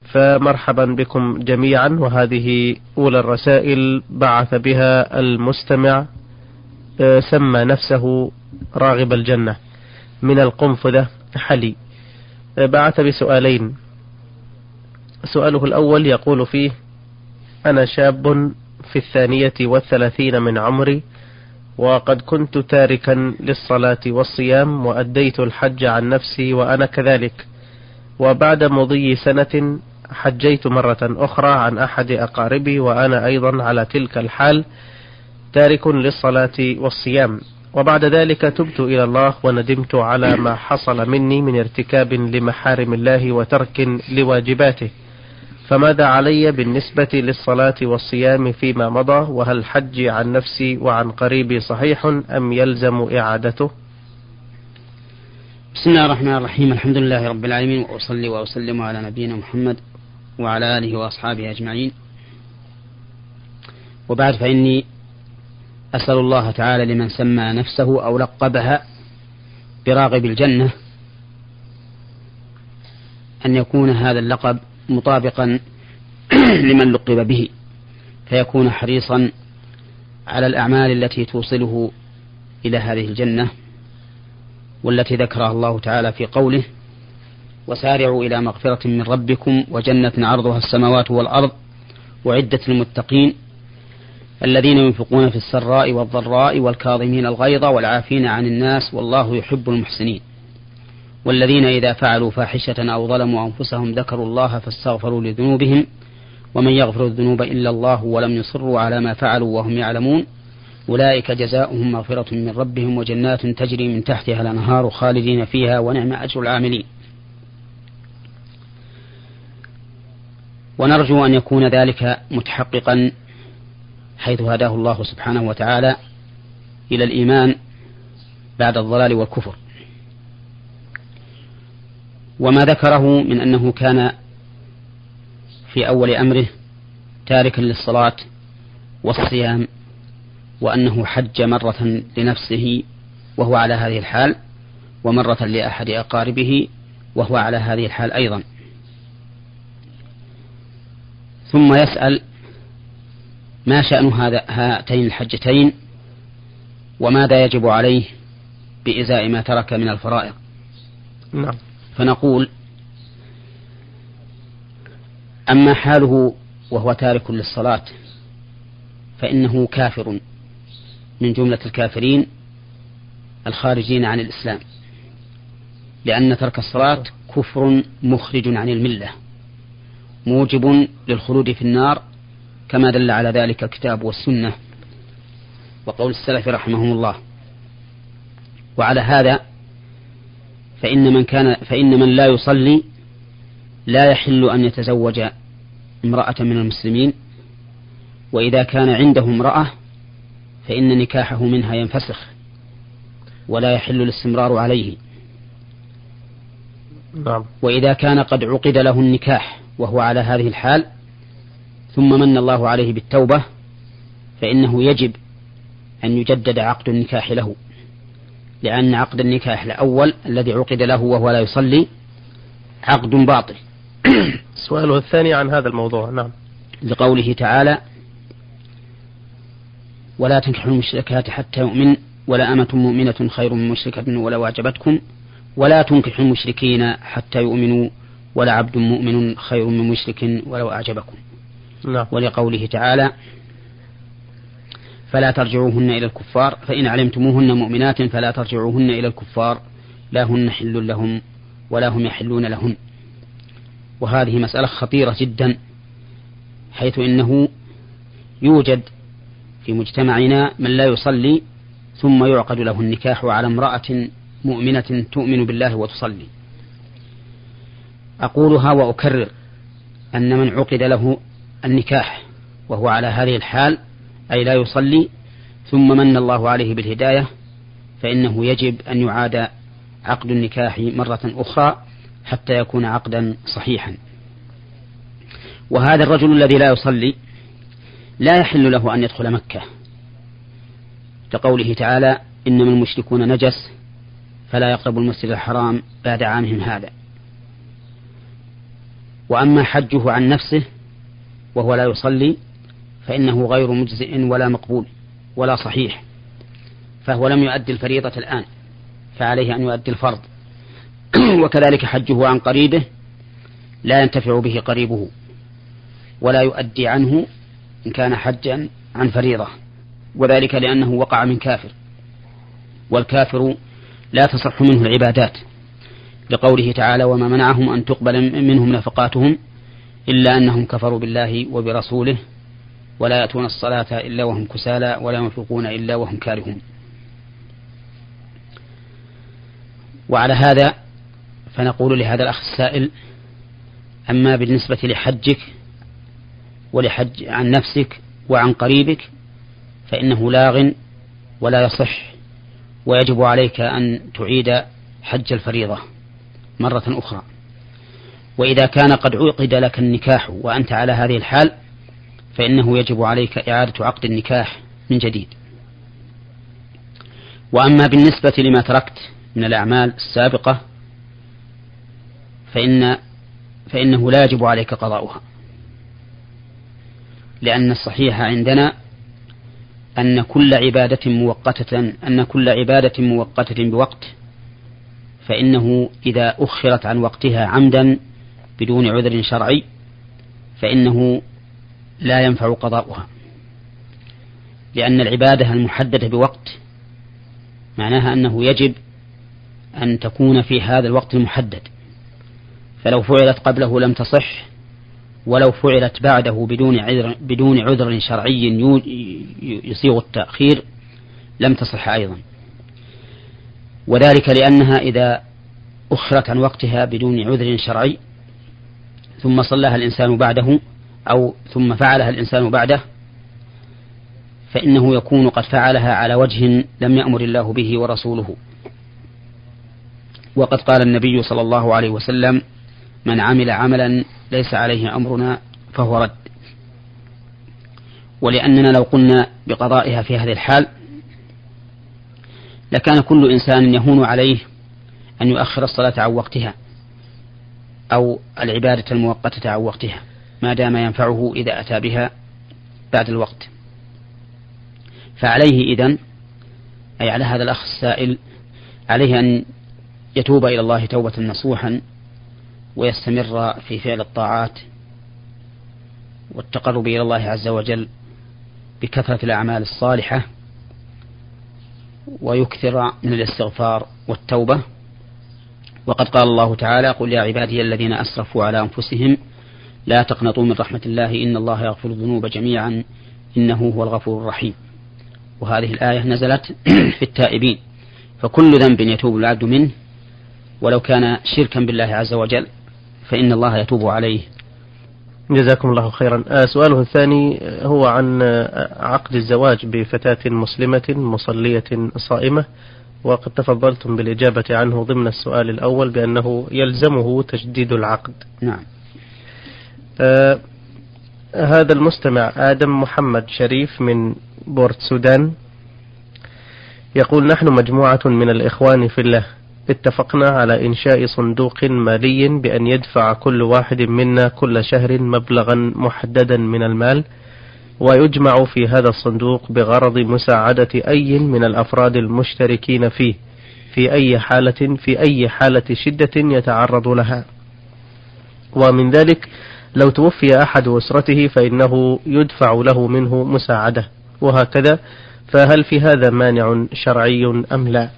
فمرحبا بكم جميعا. وهذه أولى الرسائل بعث بها المستمع، سمى نفسه راغب الجنة من القنفذة حلي. بعث بسؤالين. سؤاله الأول يقول فيه: أنا شاب في 32 من عمري، وقد كنت تاركا للصلاة والصيام، وأديت الحج عن نفسي وأنا كذلك، وبعد مضي سنة حجيت مرة أخرى عن أحد أقاربي وأنا أيضا على تلك الحال تارك للصلاة والصيام، وبعد ذلك تبت إلى الله وندمت على ما حصل مني من ارتكاب لمحارم الله وترك لواجباته، فماذا علي بالنسبة للصلاة والصيام فيما مضى؟ وهل حجي عن نفسي وعن قريبي صحيح أم يلزم إعادته؟ بسم الله الرحمن الرحيم. الحمد لله رب العالمين، وأصلي وأسلم على نبينا محمد وعلى آله وأصحابه أجمعين، وبعد، فإني أسأل الله تعالى لمن سمى نفسه أو لقبها براغب الجنة أن يكون هذا اللقب مطابقا لمن لقب به، فيكون حريصا على الأعمال التي توصله إلى هذه الجنة، والتي ذكرها الله تعالى في قوله: وسارعوا إلى مغفرة من ربكم وجنة عرضها السماوات والأرض وعدة المتقين الذين ينفقون في السراء والضراء والكاظمين الغيظ والعافين عن الناس والله يحب المحسنين والذين إذا فعلوا فاحشة أو ظلموا أنفسهم ذكروا الله فاستغفروا لذنوبهم ومن يغفر الذنوب إلا الله ولم يصروا على ما فعلوا وهم يعلمون أولئك جزاؤهم مغفرة من ربهم وجنات تجري من تحتها الأنهار خالدين فيها ونعم أجر العاملين. ونرجو أن يكون ذلك متحققا حيث هداه الله سبحانه وتعالى إلى الإيمان بعد الضلال والكفر. وما ذكره من أنه كان في أول أمره تاركا للصلاة والصيام، وأنه حج مرة لنفسه وهو على هذه الحال، ومرة لأحد أقاربه وهو على هذه الحال أيضا، ثم يسأل: ما شأن هاتين الحجتين؟ وماذا يجب عليه بإزاء ما ترك من الفرائض؟ نعم. فنقول: أما حاله وهو تارك للصلاة فإنه كافر من جملة الكافرين الخارجين عن الإسلام، لأن ترك الصلاة كفر مخرج عن الملة موجب للخلود في النار، كما دل على ذلك الكتاب والسنة وقول السلف رحمهم الله. وعلى هذا فإن من لا يصلي لا يحل أن يتزوج امرأة من المسلمين، وإذا كان عنده امرأة فإن نكاحه منها ينفسخ ولا يحل الاستمرار عليه. نعم. وإذا كان قد عقد له النكاح وهو على هذه الحال ثم من الله عليه بالتوبة فإنه يجب أن يجدد عقد النكاح له، لأن عقد النكاح الأول الذي عقد له وهو لا يصلي عقد باطل. سؤاله الثاني عن هذا الموضوع. نعم. لقوله تعالى: ولا تنكحوا المشركات حتى يؤمن ولا أمة مؤمنة خير من مشركة ولو أعجبتكم ولا تنكحوا المشركين حتى يؤمنوا ولا عبد مؤمن خير من مشرك ولو أعجبكم. نعم. ولقوله تعالى: فلا ترجعوهن إلى الكفار فإن علمتموهن مؤمنات فلا ترجعوهن إلى الكفار لا هن حل لهم ولا هم يحلون لهن. وهذه مسألة خطيرة جدا، حيث إنه يوجد في مجتمعنا من لا يصلي ثم يعقد له النكاح على امرأة مؤمنة تؤمن بالله وتصلي. أقولها وأكرر أن من عقد له النكاح وهو على هذه الحال أي لا يصلي ثم من الله عليه بالهداية فإنه يجب أن يعاد عقد النكاح مرة أخرى حتى يكون عقدا صحيحا. وهذا الرجل الذي لا يصلي لا يحل له أن يدخل مكة، كقوله تعالى: إنما المشركون نجس فلا يقربوا المسجد الحرام بعد عامهم هذا. وأما حجه عن نفسه وهو لا يصلي فإنه غير مجزئ ولا مقبول ولا صحيح، فهو لم يؤدي الفريضة الآن، فعليه أن يؤدي الفرض. وكذلك حجه عن قريبه لا ينتفع به قريبه ولا يؤدي عنه إن كان حجا عن فريضة، وذلك لأنه وقع من كافر، والكافر لا تصح منه العبادات، لقوله تعالى: وما منعهم أن تقبل منهم نفقاتهم إلا أنهم كفروا بالله وبرسوله ولا يأتون الصلاة إلا وهم كسالى ولا ينفقون إلا وهم كارهون. وعلى هذا فنقول لهذا الأخ السائل: أما بالنسبة لحجك ولحج عن نفسك وعن قريبك فإنه لاغ ولا يصح، ويجب عليك أن تعيد حج الفريضة مرة أخرى. وإذا كان قد عقد لك النكاح وأنت على هذه الحال فإنه يجب عليك إعادة عقد النكاح من جديد. وأما بالنسبة لما تركت من الأعمال السابقة فإنه لا يجب عليك قضاؤها، لأن الصحيح عندنا أن كل عبادة موقتة بوقت فإنه إذا أخرت عن وقتها عمدا بدون عذر شرعي فإنه لا ينفع قضاؤها، لأن العبادة المحددة بوقت معناها أنه يجب أن تكون في هذا الوقت المحدد، فلو فعلت قبله لم تصح، ولو فعلت بعده بدون عذر شرعي يصيغ التأخير لم تصح أيضا. وذلك لأنها إذا أخرت عن وقتها بدون عذر شرعي ثم صلىها الإنسان بعده أو ثم فعلها الإنسان بعده فإنه يكون قد فعلها على وجه لم يأمر الله به ورسوله. وقد قال النبي صلى الله عليه وسلم: من عمل عملا ليس عليه أمرنا فهو رد. ولأننا لو قلنا بقضائها في هذه الحال لكان كل إنسان يهون عليه أن يؤخر الصلاة عن وقتها أو العبادة المؤقتة عن وقتها ما دام ينفعه إذا أتى بها بعد الوقت. فعليه إذن، أي على هذا الأخ السائل، عليه أن يتوب إلى الله توبة نصوحا ويستمر في فعل الطاعات والتقرب إلى الله عز وجل بكثرة الأعمال الصالحة، ويكثر من الاستغفار والتوبة. وقد قال الله تعالى: قل يا عبادي الذين أسرفوا على أنفسهم لا تقنطوا من رحمة الله إن الله يغفر الذنوب جميعا إنه هو الغفور الرحيم. وهذه الآية نزلت في التائبين، فكل ذنب يتوب العبد منه ولو كان شركا بالله عز وجل فإن الله يتوب عليه. جزاكم الله خيرا. سؤاله الثاني هو عن عقد الزواج بفتاة مسلمة مصلية صائمة، وقد تفضلتم بالإجابة عنه ضمن السؤال الأول بأنه يلزمه تجديد العقد. نعم. هذا المستمع آدم محمد شريف من بورت سودان يقول: نحن مجموعة من الإخوان في الله اتفقنا على إنشاء صندوق مالي بأن يدفع كل واحد منا كل شهر مبلغا محددا من المال، ويجمع في هذا الصندوق بغرض مساعدة أي من الأفراد المشتركين فيه في أي حالة شدة يتعرض لها. ومن ذلك لو توفي أحد أسرته فإنه يدفع له منه مساعدة، وهكذا. فهل في هذا مانع شرعي أم لا؟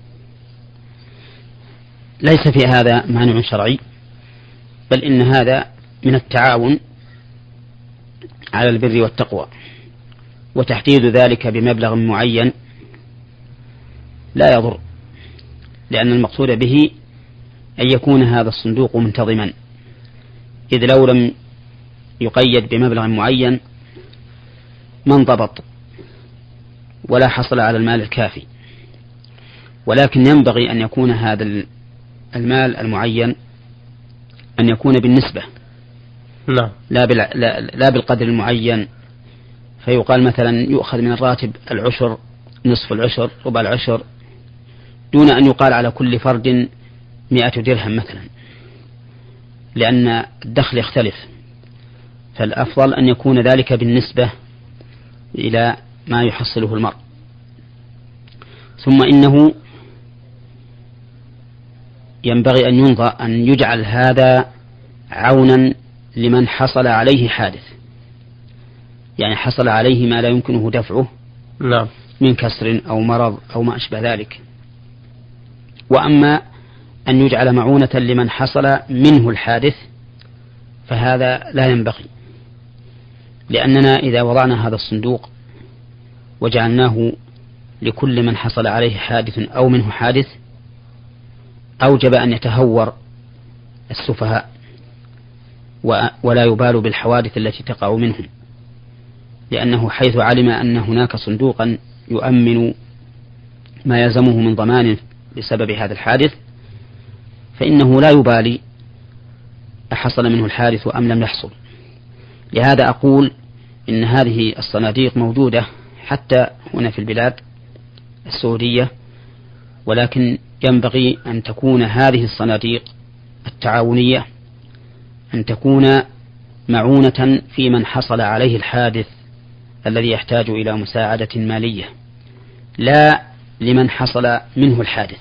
ليس في هذا مانع شرعي، بل إن هذا من التعاون على البر والتقوى، وتحديد ذلك بمبلغ معين لا يضر، لأن المقصود به أن يكون هذا الصندوق منتظما، إذ لو لم يقيد بمبلغ معين ما انضبط ولا حصل على المال الكافي. ولكن ينبغي أن يكون هذا المال المعين أن يكون بالنسبة، لا. لا بالقدر المعين، فيقال مثلا يؤخذ من الراتب العشر، نصف العشر، ربع العشر، دون أن يقال على كل فرد 100 درهم مثلا، لأن الدخل يختلف، فالأفضل أن يكون ذلك بالنسبة إلى ما يحصله المرء. ثم إنه ينبغي أن ينظر أن يجعل هذا عونا لمن حصل عليه حادث، يعني حصل عليه ما لا يمكنه دفعه نعم من كسر أو مرض أو ما أشبه ذلك. وأما أن يجعل معونة لمن حصل منه الحادث فهذا لا ينبغي، لأننا إذا وضعنا هذا الصندوق وجعلناه لكل من حصل عليه حادث أو منه حادث أوجب أن يتهور السفهاء ولا يبال بالحوادث التي تقع منهم، لأنه حيث علم أن هناك صندوقا يؤمن ما يلزمه من ضمان بسبب هذا الحادث فإنه لا يبالي أحصل منه الحادث أم لم يحصل. لهذا أقول إن هذه الصناديق موجودة حتى هنا في البلاد السعودية، ولكن ينبغي أن تكون هذه الصناديق التعاونية أن تكون معونة في من حصل عليه الحادث الذي يحتاج إلى مساعدة مالية، لا لمن حصل منه الحادث،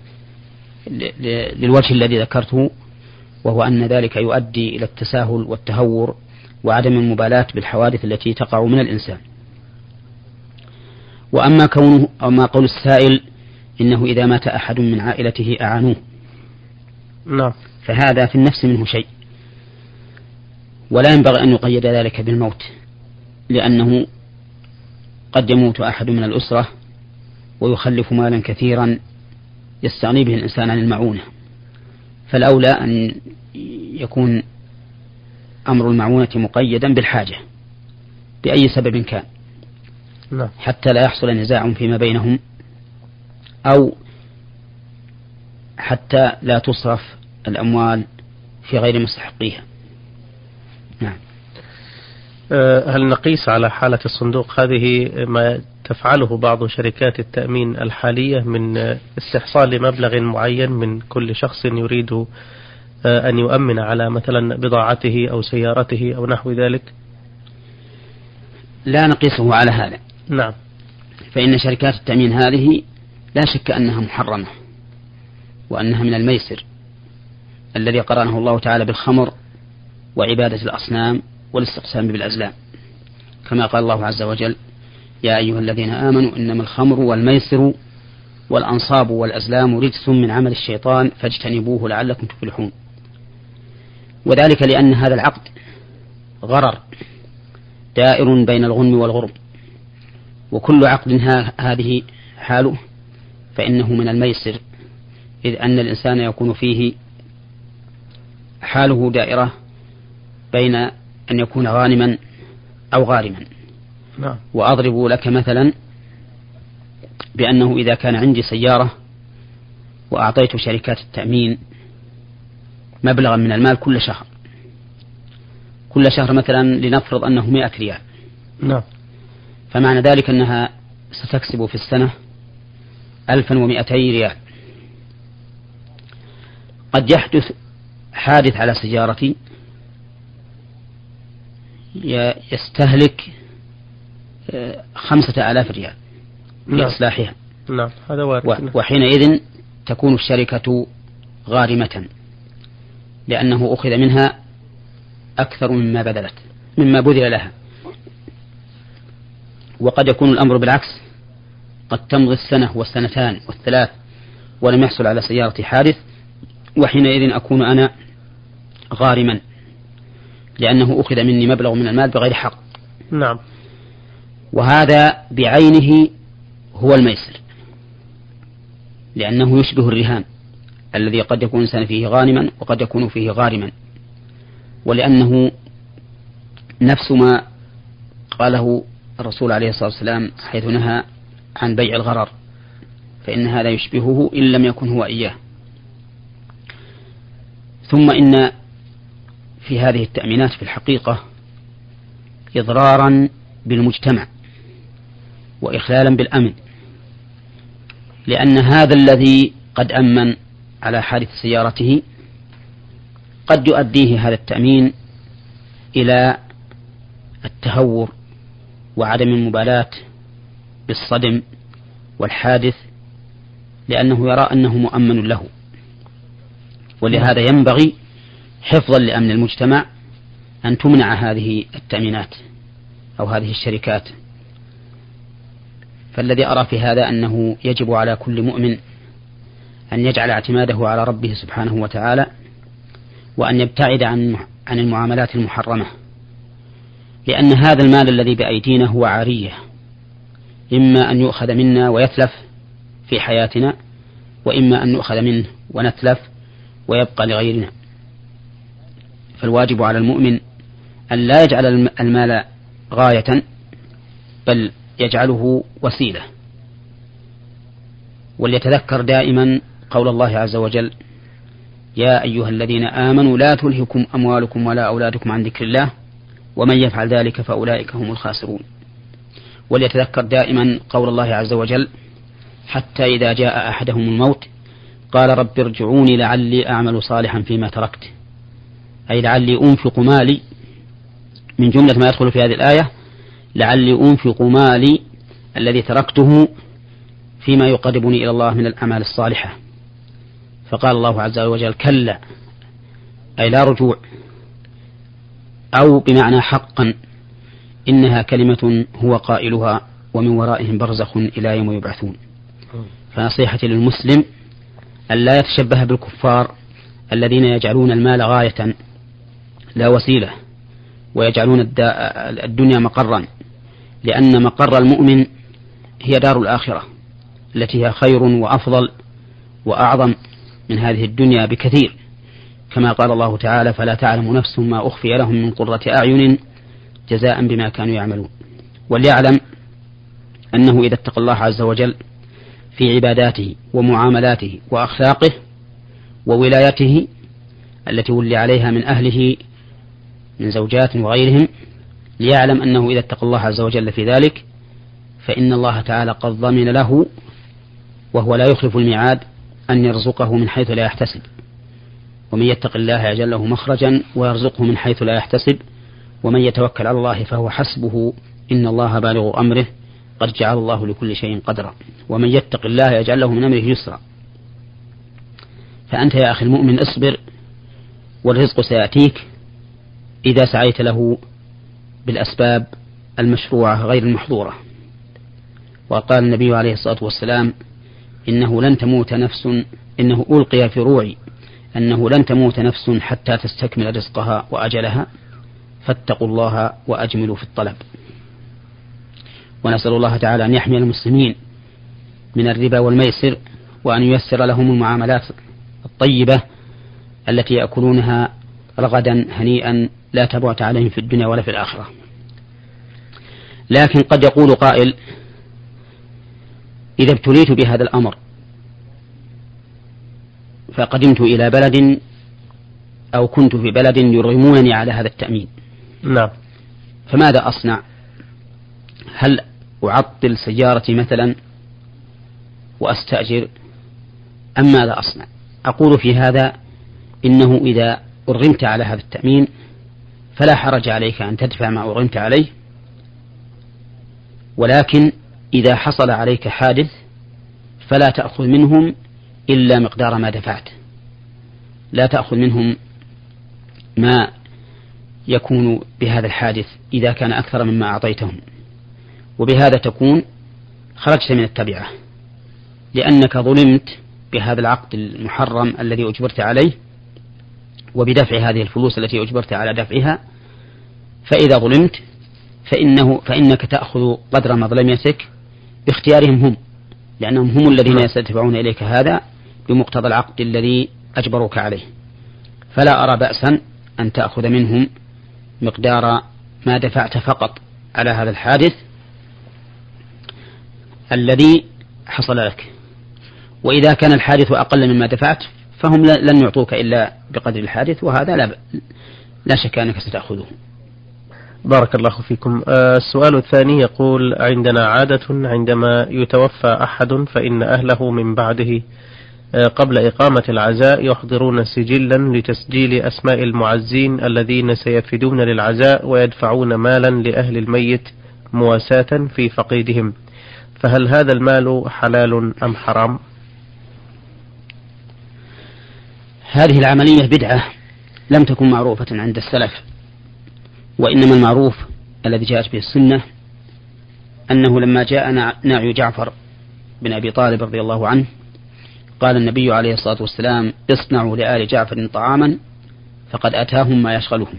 للوجه الذي ذكرته، وهو أن ذلك يؤدي إلى التساهل والتهور وعدم المبالاة بالحوادث التي تقع من الإنسان. وأما قول السائل إنه إذا مات أحد من عائلته أعانوه، نعم، فهذا في النفس منه شيء، ولا ينبغي أن يقيد ذلك بالموت، لأنه قد يموت أحد من الأسرة ويخلف مالا كثيرا يستغني به الإنسان عن المعونة، فالأولى أن يكون أمر المعونة مقيدا بالحاجة بأي سبب كان، حتى لا يحصل نزاع فيما بينهم أو حتى لا تصرف الأموال في غير مستحقيها. نعم. هل نقيس على حالة الصندوق هذه ما تفعله بعض شركات التأمين الحالية من استحصال لمبلغ معين من كل شخص يريد أن يؤمن على مثلا بضاعته أو سيارته أو نحو ذلك؟ لا نقيسه على هذا. نعم. فإن شركات التأمين هذه لا شك أنها محرمة، وأنها من الميسر الذي قرنه الله تعالى بالخمر وعبادة الأصنام والاستقسام بالأزلام، كما قال الله عز وجل: يا أيها الذين آمنوا إنما الخمر والميسر والأنصاب والأزلام رجس من عمل الشيطان فاجتنبوه لعلكم تفلحون. وذلك لأن هذا العقد غرر دائر بين الغنم والغرم، وكل عقد هذه حاله فإنه من الميسر، إذ أن الإنسان يكون فيه حاله دائرة بين أن يكون غانما أو غارما. وأضرب لك مثلا بأنه إذا كان عندي سيارة وأعطيت شركات التأمين مبلغا من المال كل شهر مثلا لنفرض أنه 100 ريال، فمعنى ذلك أنها ستكسب في السنة 1200 ريال. قد يحدث حادث على سيارتي يستهلك 5000 ريال في إصلاحها. نعم، هذا وارد. وحينئذ تكون الشركة غارمة، لأنه أخذ منها أكثر مما بذل لها. وقد يكون الأمر بالعكس، قد تمضي السنة والسنتان والثلاث ولم يحصل على سيارتي حادث، وحينئذ أكون أنا غارما، لأنه أخذ مني مبلغ من المال بغير حق. نعم. وهذا بعينه هو الميسر، لأنه يشبه الرهان الذي قد يكون الإنسان فيه غانما وقد يكون فيه غارما، ولأنه نفس ما قاله الرسول عليه الصلاة والسلام حيث نهى عن بيع الغرر، فإن هذا يشبهه إن لم يكن هو إياه. ثم إن في هذه التأمينات في الحقيقة إضرارا بالمجتمع وإخلالا بالأمن، لأن هذا الذي قد أمن على حادث سيارته قد يؤديه هذا التأمين إلى التهور وعدم المبالاة بالصدم والحادث، لأنه يرى أنه مؤمن له. ولهذا ينبغي حفظا لأمن المجتمع أن تمنع هذه التأمينات أو هذه الشركات. فالذي أرى في هذا أنه يجب على كل مؤمن أن يجعل اعتماده على ربه سبحانه وتعالى، وأن يبتعد عن المعاملات المحرمة، لأن هذا المال الذي بأيدينا هو عارية، إما أن يؤخذ منا ويتلف في حياتنا، وإما أن يؤخذ منه ونتلف ويبقى لغيرنا. فالواجب على المؤمن أن لا يجعل المال غاية، بل يجعله وسيلة. وليتذكر دائما قول الله عز وجل: يا أيها الذين آمنوا لا تلهكم أموالكم ولا أولادكم عن ذكر الله ومن يفعل ذلك فأولئك هم الخاسرون. وليتذكر دائما قول الله عز وجل: حتى إذا جاء أحدهم الموت قال رب ارجعوني لعلي أعمل صالحا فيما تركت، أي لعلي أنفق مالي. من جملة ما يدخل في هذه الآية لعلي أنفق مالي الذي تركته فيما يقربني إلى الله من الأعمال الصالحة. فقال الله عز وجل: كلا، أي لا رجوع، أو بمعنى حقا، إنها كلمة هو قائلها ومن ورائهم برزخ إلى يوم يبعثون. فنصيحتي للمسلم أن لا يتشبه بالكفار الذين يجعلون المال غاية لا وسيلة، ويجعلون الدنيا مقرا، لأن مقر المؤمن هي دار الآخرة التي هي خير وأفضل وأعظم من هذه الدنيا بكثير، كما قال الله تعالى: فلا تعلم نفس ما أخفي لهم من قرة أعين جزاء بما كانوا يعملون. وليعلم أنه إذا اتقى الله عز وجل في عباداته ومعاملاته وأخلاقه وولايته التي ولي عليها من أهله من زوجات وغيرهم، ليعلم أنه إذا اتقى الله عز وجل في ذلك فإن الله تعالى قد ضمن له، وهو لا يخلف الميعاد، أن يرزقه من حيث لا يحتسب. ومن يتق الله يجعل له مخرجا ويرزقه من حيث لا يحتسب، ومن يتوكل على الله فهو حسبه إن الله بالغ أمره قد جعل الله لكل شيء قدرا. ومن يتق الله يجعل له من أمره يسرا. فأنت يا أخي المؤمن اصبر، والرزق سيأتيك إذا سعيت له بالأسباب المشروعة غير المحظورة. وقال النبي عليه الصلاة والسلام: إنه لن تموت نفس، إنه ألقي في روعي أنه لن تموت نفس حتى تستكمل رزقها وأجلها، فاتقوا الله وأجملوا في الطلب. ونسأل الله تعالى أن يحمي المسلمين من الربا والميسر، وأن ييسر لهم المعاملات الطيبة التي يأكلونها رغدا هنيئا لا تبعت عليهم في الدنيا ولا في الآخرة. لكن قد يقول قائل: إذا ابتليت بهذا الأمر فقدمت إلى بلد أو كنت في بلد يرغمونني على هذا التأمين، نعم، فماذا أصنع؟ هل أعطل سيارتي مثلا وأستأجر أم ماذا أصنع؟ أقول في هذا إنه إذا أرغمت على هذا التأمين فلا حرج عليك أن تدفع ما أرغمت عليه، ولكن إذا حصل عليك حادث فلا تأخذ منهم إلا مقدار ما دفعت، لا تأخذ منهم ما يكون بهذا الحادث إذا كان أكثر مما أعطيتهم، وبهذا تكون خرجت من التبعة، لأنك ظلمت بهذا العقد المحرم الذي أجبرت عليه وبدفع هذه الفلوس التي أجبرت على دفعها. فإذا ظلمت فإنك تأخذ قدر مظلمتك باختيارهم هم، لأنهم هم الذين يستدفعون إليك هذا بمقتضى العقد الذي أجبروك عليه. فلا أرى بأسا أن تأخذ منهم مقدار ما دفعت فقط على هذا الحادث الذي حصل لك. وإذا كان الحادث أقل مما دفعت فهم لن يعطوك إلا بقدر الحادث، وهذا لا شك أنك ستأخذه. بارك الله فيكم. السؤال الثاني يقول: عندنا عادة عندما يتوفى أحد فإن أهله من بعده قبل إقامة العزاء يحضرون سجلا لتسجيل أسماء المعزين الذين سيفدون للعزاء ويدفعون مالا لأهل الميت مواساة في فقيدهم، فهل هذا المال حلال أم حرام؟ هذه العملية بدعة لم تكن معروفة عند السلف، وإنما المعروف الذي جاءت به السنة أنه لما جاء نعي جعفر بن أبي طالب رضي الله عنه قال النبي عليه الصلاة والسلام: اصنعوا لآل جعفر طعاما فقد أتاهم ما يشغلهم.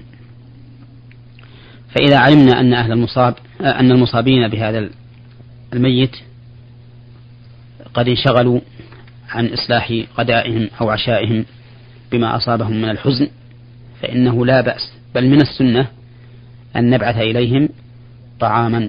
فإذا علمنا أن المصابين بهذا الميت قد انشغلوا عن إصلاح غدائهم أو عشائهم بما أصابهم من الحزن، فإنه لا بأس بل من السنة أن نبعث إليهم طعاما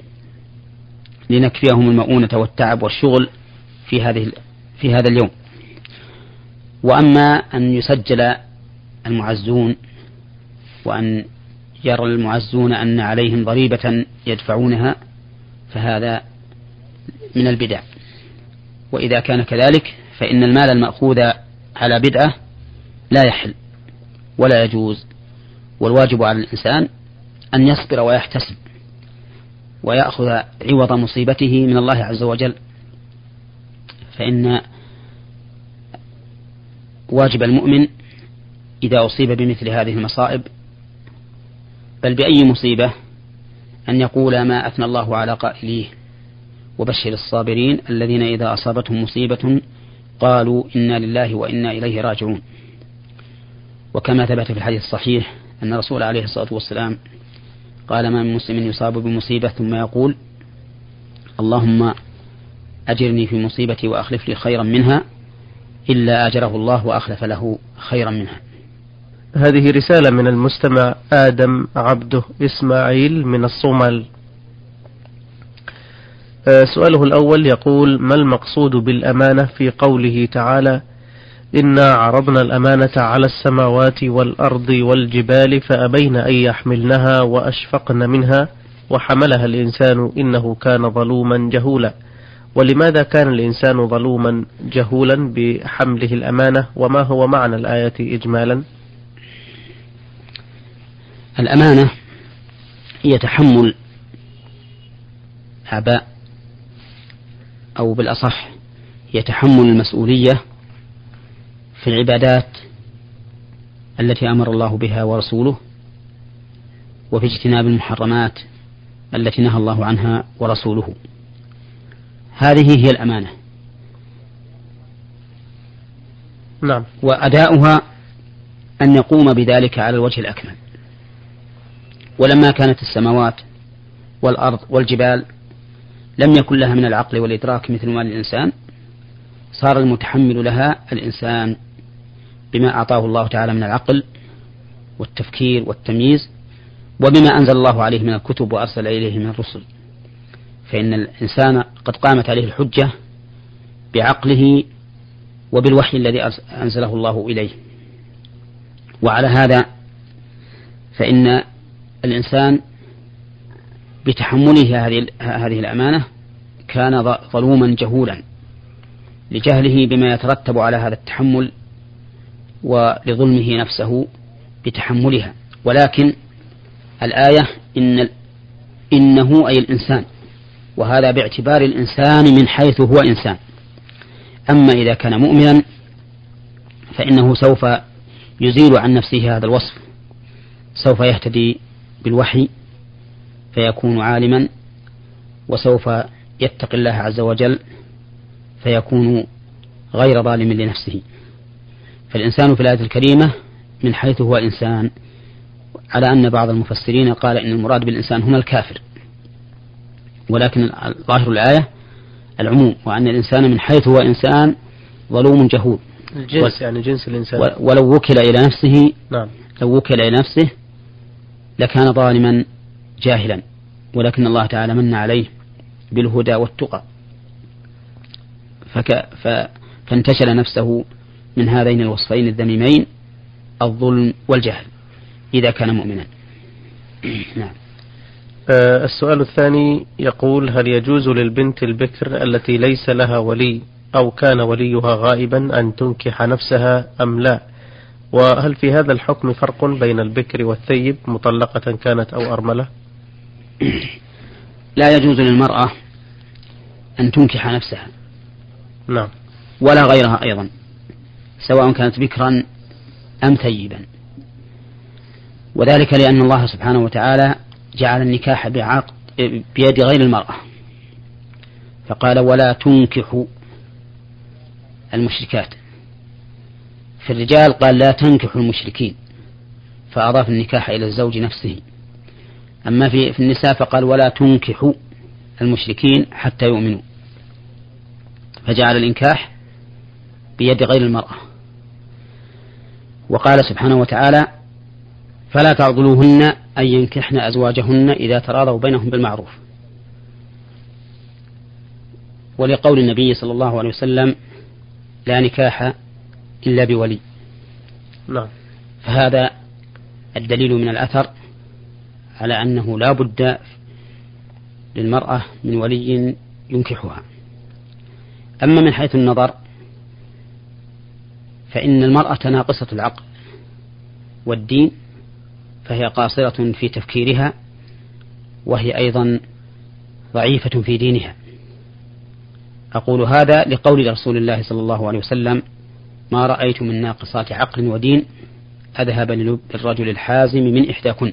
لنكفيهم المؤونة والتعب والشغل في هذا اليوم. وأما أن يسجل المعزون وأن يرى المعزون أن عليهم ضريبة يدفعونها فهذا من البدع، وإذا كان كذلك فإن المال المأخوذ على بدعة لا يحل ولا يجوز، والواجب على الإنسان أن يصبر ويحتسب ويأخذ عوض مصيبته من الله عز وجل، فإن واجب المؤمن إذا أصيب بمثل هذه المصائب بل بأي مصيبة أن يقول ما أثنى الله على قائليه: وبشر الصابرين الذين إذا أصابتهم مصيبة قالوا إنا لله وإنا إليه راجعون. وكما ثبت في الحديث الصحيح أن الرسول عليه الصلاة والسلام قال: ما من مسلم يصاب بمصيبة ثم يقول: اللهم أجرني في مصيبتي وأخلف لي خيرا منها إلا أجره الله وأخلف له خيرا منها. هذه رسالة من المستمع آدم عبده إسماعيل من الصومال. سؤاله الأول يقول: ما المقصود بالأمانة في قوله تعالى: إنا عرضنا الأمانة على السماوات والأرض والجبال فأبين أن يحملنها وأشفقن منها وحملها الإنسان إنه كان ظلوما جهولا؟ ولماذا كان الإنسان ظلوما جهولا بحمله الأمانة، وما هو معنى الآية إجمالا؟ الأمانة هي تحمل آباء، أو بالأصح هي تحمل المسؤولية في العبادات التي أمر الله بها ورسوله، وفي اجتناب المحرمات التي نهى الله عنها ورسوله. هذه هي الأمانة. نعم. وأداؤها أن يقوم بذلك على الوجه الأكمل. ولما كانت السماوات والأرض والجبال لم يكن لها من العقل والإدراك مثل ما للإنسان، صار المتحمل لها الإنسان بما أعطاه الله تعالى من العقل والتفكير والتمييز، وبما أنزل الله عليه من الكتب وأرسل إليه من الرسل. فإن الإنسان قد قامت عليه الحجة بعقله وبالوحي الذي أنزله الله إليه. وعلى هذا فإن الإنسان بتحمله هذه الأمانة كان ظلوما جهولا لجهله بما يترتب على هذا التحمل ولظلمه نفسه بتحملها. ولكن الآية إنه أي الإنسان، وهذا باعتبار الإنسان من حيث هو إنسان. أما إذا كان مؤمنا فإنه سوف يزيل عن نفسه هذا الوصف، سوف يهتدي بالوحي فيكون عالما، وسوف يتقي الله عز وجل فيكون غير ظالم لنفسه. فالإنسان في الآية الكريمة من حيث هو إنسان، على أن بعض المفسرين قال إن المراد بالإنسان هنا الكافر، ولكن ظاهر الآية العموم، وأن الإنسان من حيث هو إنسان ظلوم جهول. الجنس يعني جنس الإنسان. ولو وكل إلى نفسه، نعم، لو وكل إلى نفسه لكان ظالما جاهلا، ولكن الله تعالى من عليه بالهدى والتقى فانتشل نفسه من هذين الوصفين الذميمين، الظلم والجهل، إذا كان مؤمنا. نعم. السؤال الثاني يقول: هل يجوز للبنت البكر التي ليس لها ولي أو كان وليها غائبا أن تنكح نفسها أم لا؟ وهل في هذا الحكم فرق بين البكر والثيب مطلقة كانت أو أرملة؟ لا يجوز للمرأة أن تنكح نفسها. نعم. ولا غيرها أيضا، سواء كانت بكرا أم ثيبا، وذلك لأن الله سبحانه وتعالى جعل النكاح بيد غير المرأة، فقال ولا تنكحوا المشركات. في الرجال قال لا تنكحوا المشركين، فأضاف النكاح إلى الزوج نفسه. أما في النساء فقال ولا تنكحوا المشركين حتى يؤمنوا، فجعل الإنكاح بيد غير المرأة. وقال سبحانه وتعالى فلا تعضلوهن أن ينكحن أزواجهن إذا تراضوا بينهم بالمعروف. ولقول النبي صلى الله عليه وسلم لا نكاح إلا بولي. نعم. فهذا الدليل من الأثر على أنه لا بد للمرأة من ولي ينكحها. أما من حيث النظر فإن المرأة ناقصة العقل والدين، فهي قاصرة في تفكيرها، وهي أيضا ضعيفة في دينها. أقول هذا لقول رسول الله صلى الله عليه وسلم ما رأيت من ناقصات عقل ودين أذهب للرجل الحازم من إحداكن.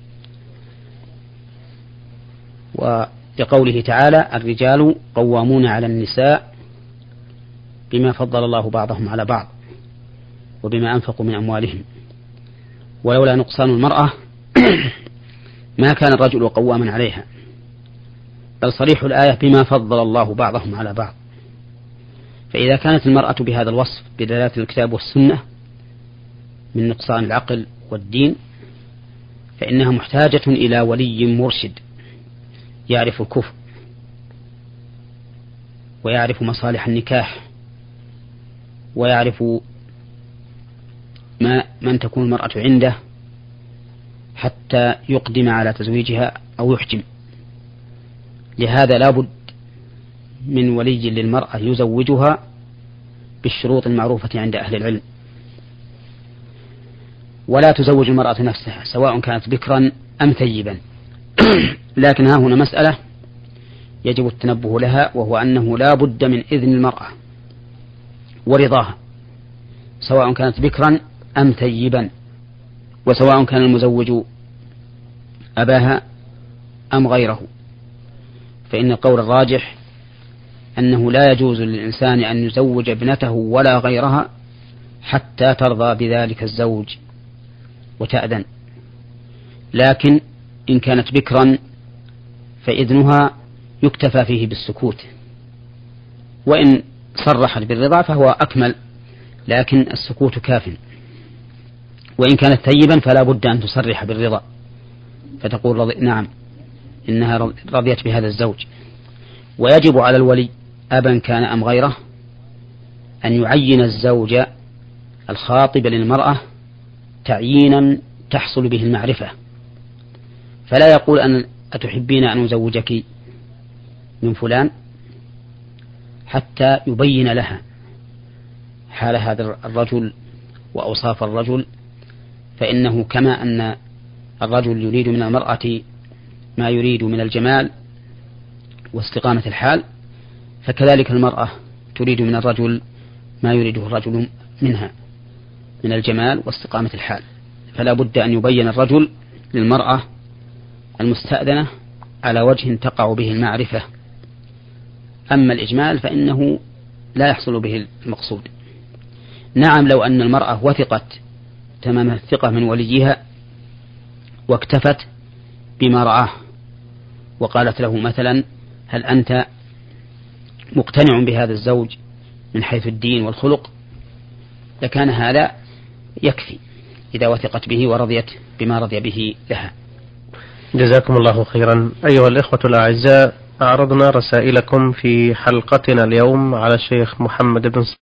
ولقوله تعالى الرجال قوامون على النساء بما فضل الله بعضهم على بعض وبما أنفقوا من أموالهم، ولولا نقصان المرأة ما كان الرجل قواما عليها، بل صريح الآية بما فضل الله بعضهم على بعض. فإذا كانت المرأة بهذا الوصف بدلالة الكتاب والسنة من نقصان العقل والدين، فإنها محتاجة إلى ولي مرشد يعرف الكفر ويعرف مصالح النكاح ويعرف من تكون المرأة عنده حتى يقدم على تزويجها أو يحجم. لهذا لا بد من ولي للمرأة يزوجها بالشروط المعروفة عند أهل العلم. ولا تزوج المرأة نفسها سواء كانت بكرا أم ثيبا. لكن ها هنا مسألة يجب التنبه لها، وهو أنه لا بد من إذن المرأة ورضاها سواء كانت بكرا أم ثيبا، وسواء كان المزوج أباها أم غيره. فإن القول الراجح أنه لا يجوز للإنسان أن يزوج ابنته ولا غيرها حتى ترضى بذلك الزوج وتأذن. لكن إن كانت بكرا فإذنها يكتفى فيه بالسكوت، وإن صرحت بالرضا فهو أكمل، لكن السكوت كاف. وإن كانت ثيبا فلا بد أن تصرح بالرضا، فتقول نعم إنها رضيت بهذا الزوج. ويجب على الولي أبا كان أم غيره أن يعين الزوج الخاطب للمرأة تعيينا تحصل به المعرفة، فلا يقول أن أتحبين أن أزوجك من فلان حتى يبين لها حال هذا الرجل وأوصاف الرجل. فإنه كما أن الرجل يريد من المرأة ما يريد من الجمال واستقامة الحال، فكذلك المرأة تريد من الرجل ما يريده الرجل منها من الجمال واستقامة الحال. فلا بد أن يبين الرجل للمرأة المستأذنة على وجه تقع به المعرفة. أما الإجمال فإنه لا يحصل به المقصود. نعم، لو أن المرأة وثقت تمام الثقة من وليها واكتفت بما رآه وقالت له مثلا هل أنت مقتنع بهذا الزوج من حيث الدين والخلق، لكان هذا يكفي إذا وثقت به ورضيت بما رضي به لها. جزاكم الله خيرا. أيها الإخوة الأعزاء، أعرضنا رسائلكم في حلقتنا اليوم على الشيخ محمد بن